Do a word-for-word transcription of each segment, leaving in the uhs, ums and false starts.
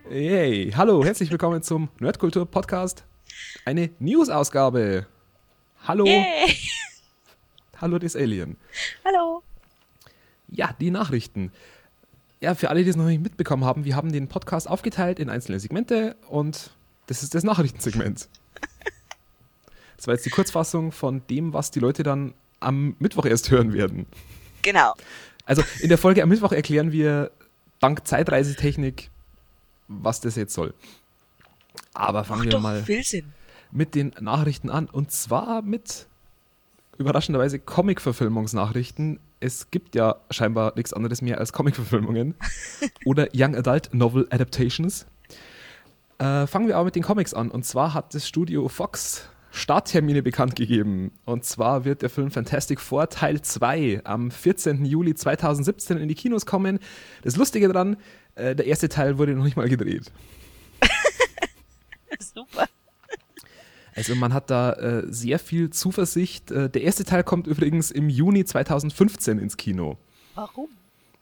Yay, hallo, herzlich willkommen zum Nerdkultur-Podcast. Eine News-Ausgabe. Hallo, Yay! hallo des Alien. Hallo. Ja, die Nachrichten. Ja, für alle, die es noch nicht mitbekommen haben, wir haben den Podcast aufgeteilt in einzelne Segmente und das ist das Nachrichtensegment. Das war jetzt die Kurzfassung von dem, was die Leute dann am Mittwoch erst hören werden. Genau. Also in der Folge am Mittwoch erklären wir dank Zeitreisetechnik, was das jetzt soll. Aber fangen Macht wir doch mal viel Sinn. mit den Nachrichten an. Und zwar mit überraschenderweise Comic-Verfilmungsnachrichten. Es gibt ja scheinbar nichts anderes mehr als Comic-Verfilmungen oder Young Adult Novel Adaptations. Äh, fangen wir aber mit den Comics an. Und zwar hat das Studio Fox Starttermine bekannt gegeben. Und zwar wird der Film Fantastic Four Teil zwei am vierzehnten Juli zweitausendsiebzehn in die Kinos kommen. Das Lustige daran, äh, der erste Teil wurde noch nicht mal gedreht. Super. Also man hat da äh, sehr viel Zuversicht. Äh, der erste Teil kommt übrigens im Juni zweitausendfünfzehn ins Kino. Warum?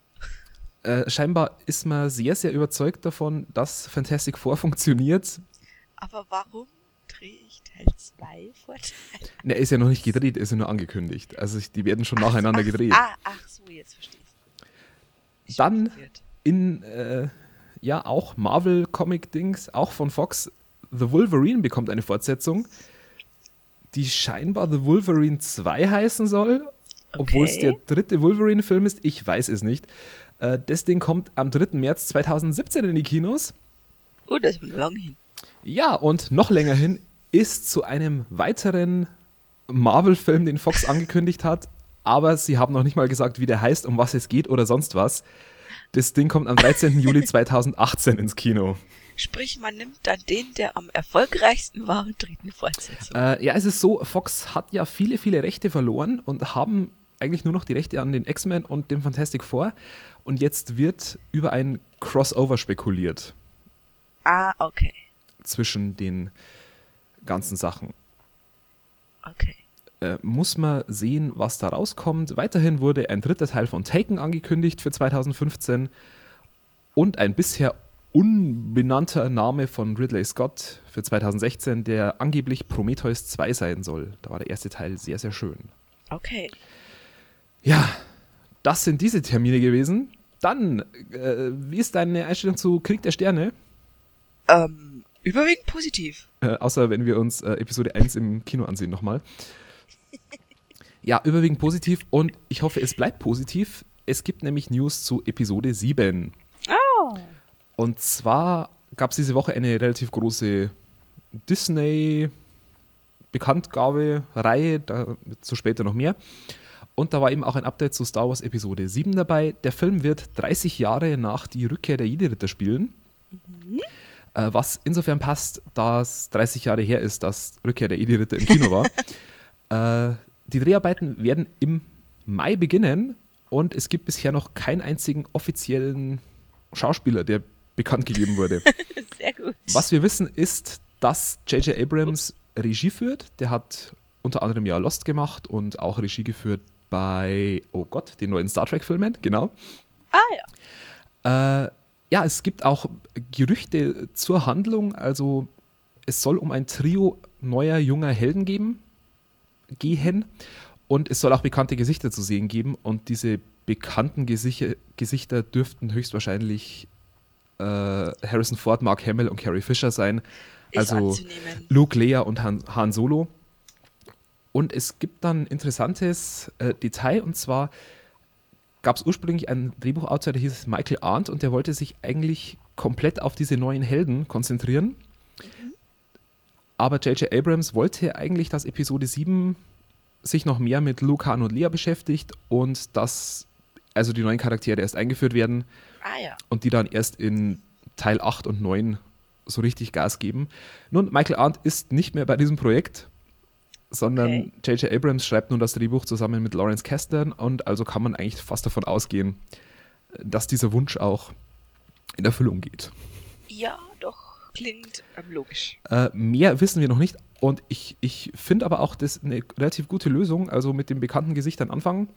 Äh, scheinbar ist man sehr, sehr überzeugt davon, dass Fantastic Four funktioniert. Aber warum drehe ich Teil zwei vor Teil? Ne, er ist ja noch nicht gedreht, er ist ja nur angekündigt. Also die werden schon Ach, nacheinander ach, gedreht. Ah, ach so, jetzt verstehe ich. Dann in, äh, ja, auch Marvel-Comic-Dings, auch von Fox, The Wolverine bekommt eine Fortsetzung, die scheinbar The Wolverine zwei heißen soll, obwohl es der Okay. dritte Wolverine-Film ist. Ich weiß es nicht. Äh, das Ding kommt am dritten März zweitausendsiebzehn in die Kinos. Oh, das ist lang hin. Ja, und noch länger hin ist zu einem weiteren Marvel-Film, den Fox angekündigt hat, aber sie haben noch nicht mal gesagt, wie der heißt, um was es geht oder sonst was. Das Ding kommt am dreizehnten Juli zweitausendachtzehn ins Kino. Sprich, man nimmt dann den, der am erfolgreichsten war und dreht eine Fortsetzung. Äh, ja, es ist so, Fox hat ja viele, viele Rechte verloren und haben eigentlich nur noch die Rechte an den X-Men und dem Fantastic Four. Und jetzt wird über ein Crossover spekuliert Ah, okay. zwischen den ganzen Sachen. Okay. Äh, muss man sehen, was da rauskommt. Weiterhin wurde ein dritter Teil von Taken angekündigt für zweitausendfünfzehn und ein bisher unbenannter Name von Ridley Scott für zweitausendsechzehn, der angeblich Prometheus zwei sein soll. Da war der erste Teil sehr, sehr schön. Okay. Ja, das sind diese Termine gewesen. Dann, äh, wie ist deine Einstellung zu Krieg der Sterne? Ähm, überwiegend positiv. Äh, außer wenn wir uns äh, Episode eins im Kino ansehen nochmal. Ja, überwiegend positiv und ich hoffe, es bleibt positiv. Es gibt nämlich News zu Episode sieben. Oh. Und zwar gab es diese Woche eine relativ große Disney-Bekanntgabe-Reihe, dazu später noch mehr. Und da war eben auch ein Update zu Star Wars Episode sieben dabei. Der Film wird dreißig Jahre nach die Rückkehr der Jedi-Ritter spielen. Mhm. Äh, was insofern passt, da es dreißig Jahre her ist, dass Rückkehr der Jedi-Ritter im Kino war. äh, die Dreharbeiten werden im Mai beginnen und es gibt bisher noch keinen einzigen offiziellen Schauspieler, der bekannt gegeben wurde. Sehr gut. Was wir wissen ist, dass J J Abrams Regie führt. Der hat unter anderem ja Lost gemacht und auch Regie geführt bei, oh Gott, den neuen Star Trek-Filmen, genau. Ah ja. Äh, ja, es gibt auch Gerüchte zur Handlung, also es soll um ein Trio neuer, junger Helden geben, gehen und es soll auch bekannte Gesichter zu sehen geben und diese bekannten Gesicher, Gesichter dürften höchstwahrscheinlich äh, Harrison Ford, Mark Hamill und Carrie Fisher sein, Ist also anzunehmen. Luke, Leia und Han, Han Solo. Und es gibt dann ein interessantes äh, Detail und zwar gab es ursprünglich einen Drehbuchautor, der hieß Michael Arndt und der wollte sich eigentlich komplett auf diese neuen Helden konzentrieren. Mhm. Aber J J Abrams wollte eigentlich, dass Episode sieben sich noch mehr mit Luke, Han und Leia beschäftigt und dass also die neuen Charaktere erst eingeführt werden Ah ja. und die dann erst in Teil acht und neun so richtig Gas geben. Nun, Michael Arndt ist nicht mehr bei diesem Projekt, sondern Okay. J J Abrams schreibt nun das Drehbuch zusammen mit Lawrence Kasdan und also kann man eigentlich fast davon ausgehen, dass dieser Wunsch auch in Erfüllung geht. Ja, doch. Klingt ähm, logisch. Äh, mehr wissen wir noch nicht und ich, ich finde aber auch das eine relativ gute Lösung, also mit den bekannten Gesichtern anfangen.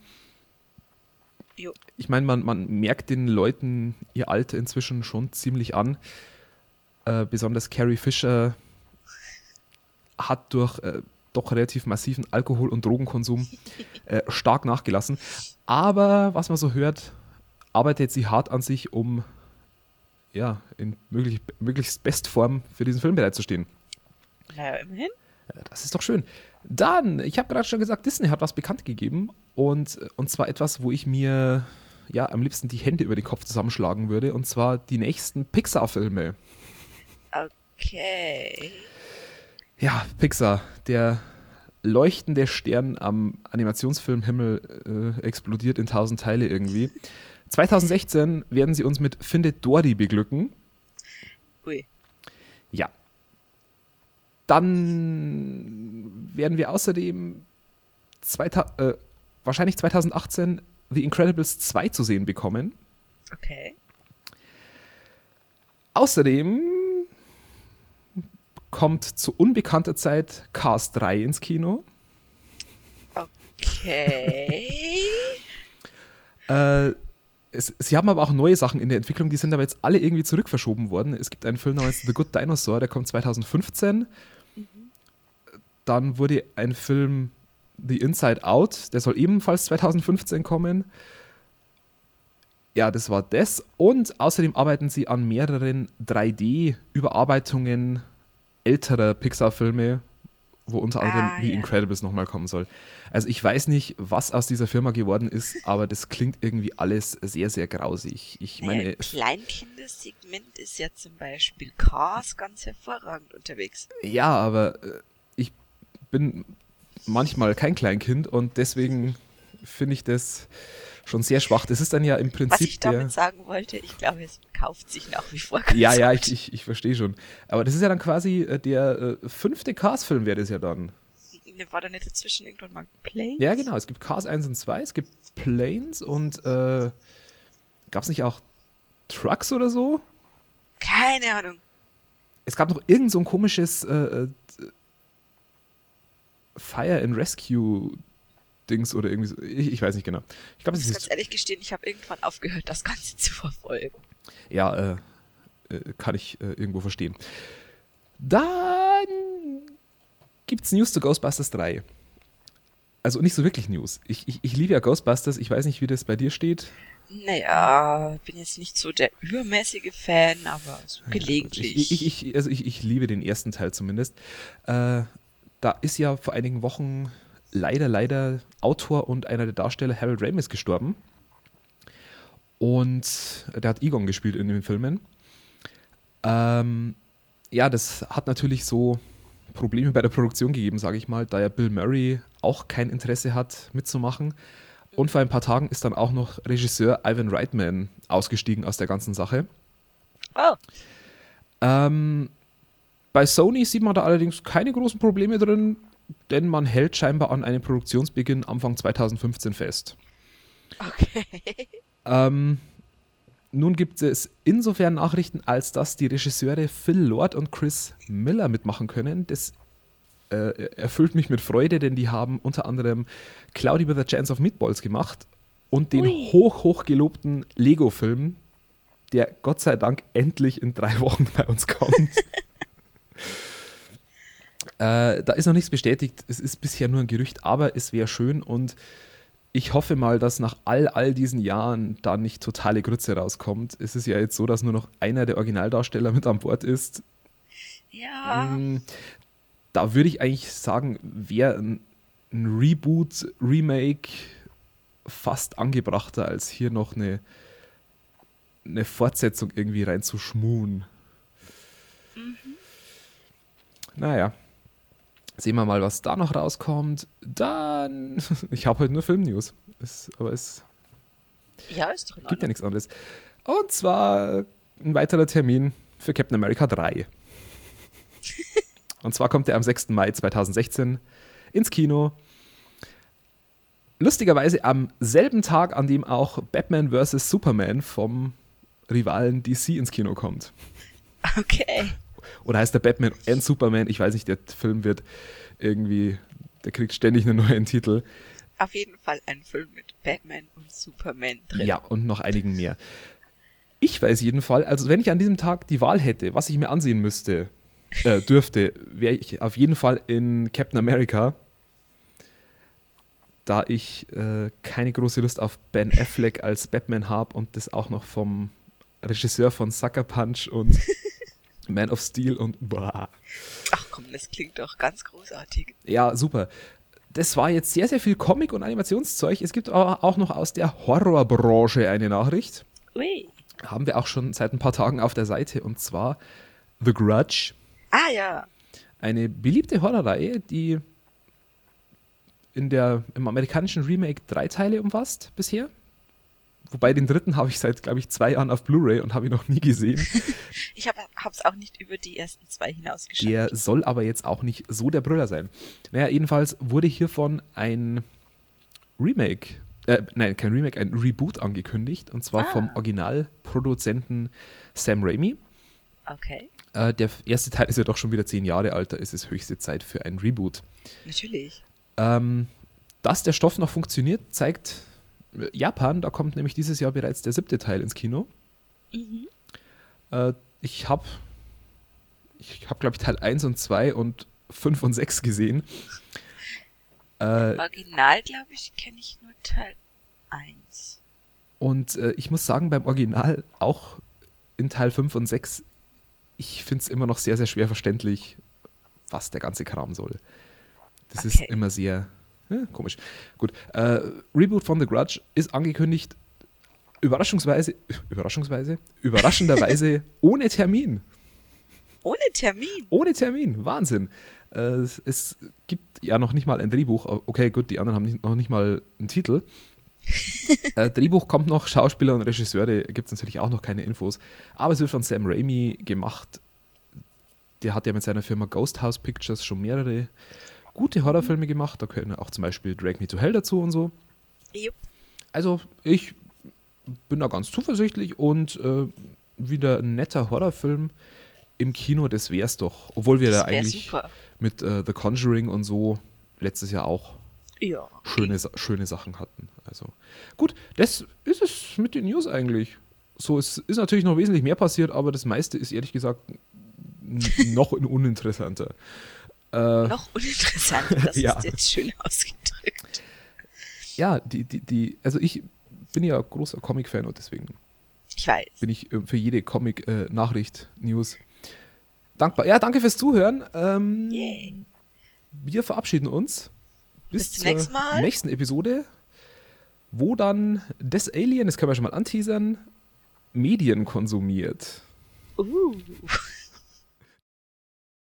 Jo. Ich meine, man, man merkt den Leuten ihr Alter inzwischen schon ziemlich an. Äh, besonders Carrie Fisher hat durch äh, doch relativ massiven Alkohol- und Drogenkonsum äh, stark nachgelassen. Aber was man so hört, arbeitet sie hart an sich, um ja, in möglich, möglichst Bestform für diesen Film bereitzustehen. Naja, immerhin. Das ist doch schön. Dann, ich habe gerade schon gesagt, Disney hat was bekannt gegeben. Und, und zwar etwas, wo ich mir ja am liebsten die Hände über den Kopf zusammenschlagen würde. Und zwar die nächsten Pixar-Filme. Okay. Ja, Pixar, der leuchtende Stern am Animationsfilmhimmel äh, explodiert in tausend Teile irgendwie. zwanzig sechzehn werden sie uns mit Findet Dory beglücken. Ui. Ja. Dann werden wir außerdem zweita- äh, wahrscheinlich zwanzig achtzehn The Incredibles zwei zu sehen bekommen. Okay. Außerdem kommt zu unbekannter Zeit Cars drei ins Kino. Okay. äh, es, sie haben aber auch neue Sachen in der Entwicklung, die sind aber jetzt alle irgendwie zurückverschoben worden. Es gibt einen Film namens The Good Dinosaur, der kommt zwanzig fünfzehn. Mhm. Dann wurde ein Film The Inside Out, der soll ebenfalls zwanzig fünfzehn kommen. Ja, das war das. Und außerdem arbeiten sie an mehreren drei D-Überarbeitungen älterer Pixar-Filme, wo unter anderem Ah, The ja. Incredibles nochmal kommen soll. Also ich weiß nicht, was aus dieser Firma geworden ist, aber das klingt irgendwie alles sehr, sehr grausig. Ich Naja, meine, im Kleinkindessegment ist ja zum Beispiel Cars ganz hervorragend unterwegs. ja, aber äh, ich bin manchmal kein Kleinkind und deswegen finde ich das schon sehr schwach. Das ist dann ja im Prinzip Was ich damit der... sagen wollte, ich glaube, es kauft sich nach wie vor ganz Ja, ja, gut. ich, ich, ich verstehe schon. Aber das ist ja dann quasi äh, der äh, fünfte Cars-Film wäre das ja dann. War da nicht dazwischen irgendwann mal Play? Ja, genau. Es gibt Cars eins und zwei, es gibt Planes und äh, gab es nicht auch Trucks oder so? Keine Ahnung. Es gab noch irgend so ein komisches äh, äh, Fire and Rescue Dings oder irgendwie so. Ich, ich weiß nicht genau. Ich glaube, Ich es muss ganz ist. ehrlich gestehen, ich habe irgendwann aufgehört, das Ganze zu verfolgen. Ja, äh, äh, kann ich äh, irgendwo verstehen. Dann gibt's News zu Ghostbusters drei. Also nicht so wirklich News. Ich, ich, ich liebe ja Ghostbusters. Ich weiß nicht, wie das bei dir steht. Naja, bin jetzt nicht so der übermäßige Fan, aber so gelegentlich. Ich, ich, ich, also ich, ich liebe den ersten Teil zumindest. Äh, da ist ja vor einigen Wochen leider, leider Autor und einer der Darsteller Harold Ramis gestorben. Und der hat Egon gespielt in den Filmen. Ähm, ja, das hat natürlich so Probleme bei der Produktion gegeben, sage ich mal, da ja Bill Murray auch kein Interesse hat, mitzumachen. Und vor ein paar Tagen ist dann auch noch Regisseur Ivan Reitman ausgestiegen aus der ganzen Sache. Oh, Ähm, bei Sony sieht man da allerdings keine großen Probleme drin, denn man hält scheinbar an einem Produktionsbeginn Anfang zwanzig fünfzehn fest. okay. Ähm, nun gibt es insofern Nachrichten, als dass die Regisseure Phil Lord und Chris Miller mitmachen können. Das äh, erfüllt mich mit Freude, denn die haben unter anderem Cloudy with a Chance of Meatballs gemacht und den Ui. hoch, hoch gelobten Lego-Film, der Gott sei Dank endlich in drei Wochen bei uns kommt. äh, da ist noch nichts bestätigt, es ist bisher nur ein Gerücht, aber es wäre schön und ich hoffe mal, dass nach all, all diesen Jahren da nicht totale Grütze rauskommt. Es ist ja jetzt so, dass nur noch einer der Originaldarsteller mit an Bord ist. Ja, Mm, Da würde ich eigentlich sagen, wäre ein, ein Reboot, Remake fast angebrachter, als hier noch eine, eine Fortsetzung irgendwie reinzuschmuhen. Naja, sehen wir mal, was da noch rauskommt. Dann, ich habe heute nur Filmnews, es, aber es ja, ist doch in gibt ja Ordnung. nichts anderes. Und zwar ein weiterer Termin für Captain America drei. Und zwar kommt er am sechsten Mai zweitausendsechzehn ins Kino. Lustigerweise am selben Tag, an dem auch Batman versus. Superman vom Rivalen D C ins Kino kommt. Okay. Oder heißt der Batman and Superman? Ich weiß nicht, der Film wird irgendwie, der kriegt ständig einen neuen Titel. Auf jeden Fall ein Film mit Batman und Superman drin. Ja, und noch einigen mehr. Ich weiß jedenfalls, also wenn ich an diesem Tag die Wahl hätte, was ich mir ansehen müsste, äh, dürfte, wäre ich auf jeden Fall in Captain America, da ich äh, keine große Lust auf Ben Affleck als Batman habe und das auch noch vom Regisseur von Sucker Punch und Man of Steel und boah. Ach komm, das klingt doch ganz großartig. Ja, super. Das war jetzt sehr, sehr viel Comic- und Animationszeug. Es gibt aber auch noch aus der Horrorbranche eine Nachricht. Ui. Haben wir auch schon seit ein paar Tagen auf der Seite, und zwar The Grudge. Ah ja. Eine beliebte Horrorreihe, die in der, im amerikanischen Remake drei Teile umfasst bisher. Wobei den dritten habe ich seit, glaube ich, zwei Jahren auf Blu-ray und habe ihn noch nie gesehen. Ich habe es auch nicht über die ersten zwei hinausgeschafft. Der soll aber jetzt auch nicht so der Brüller sein. Naja, jedenfalls wurde hiervon ein Remake, äh, nein, kein Remake, ein Reboot angekündigt. Und zwar Ah. vom Originalproduzenten Sam Raimi. Okay, Äh, der erste Teil ist ja doch schon wieder zehn Jahre alt, da ist es höchste Zeit für ein Reboot. natürlich. Ähm, dass der Stoff noch funktioniert, zeigt äh, Japan. Da kommt nämlich dieses Jahr bereits der siebte Teil ins Kino. Mhm. Äh, ich habe, ich hab, glaube ich, Teil eins und zwei und fünf und sechs gesehen. Äh, Original, glaube ich, kenne ich nur Teil eins. und äh, ich muss sagen, beim Original, auch in Teil fünf und sechs, ich finde es immer noch sehr, sehr schwer verständlich, was der ganze Kram soll. Das ist Okay. immer sehr ja, komisch. Gut, äh, Reboot von The Grudge ist angekündigt, überraschungsweise, überraschungsweise, überraschenderweise ohne Termin. Ohne Termin. Ohne Termin, Wahnsinn. Äh, es, es gibt ja noch nicht mal ein Drehbuch. Okay, gut, die anderen haben nicht, noch nicht mal einen Titel. äh, Drehbuch kommt noch, Schauspieler und Regisseure gibt es natürlich auch noch keine Infos. Aber es wird von Sam Raimi gemacht. Der hat ja mit seiner Firma Ghost House Pictures schon mehrere gute Horrorfilme gemacht. Da gehören auch zum Beispiel Drag Me to Hell dazu und so. Jupp. Also ich bin da ganz zuversichtlich und äh, wieder ein netter Horrorfilm im Kino, das wär's doch. Obwohl wir Das da wär eigentlich super. mit äh, The Conjuring und so letztes Jahr auch Ja. schöne, Sa- schöne Sachen hatten. Also gut, das ist es mit den News eigentlich. So, es ist natürlich noch wesentlich mehr passiert, aber das meiste ist ehrlich gesagt n- noch uninteressanter. Äh, Noch uninteressanter, das Ja. ist jetzt schön ausgedrückt. ja, die, die, die, also ich bin ja großer Comic-Fan und deswegen Ich weiß. bin ich äh, für jede Comic-Nachricht, News dankbar. Ja, danke fürs Zuhören. Ähm, Yay. Wir verabschieden uns bis, Bis zum zur nächsten Mal. nächsten Episode, wo dann das Alien, das können wir schon mal anteasern, Medien konsumiert. Uh.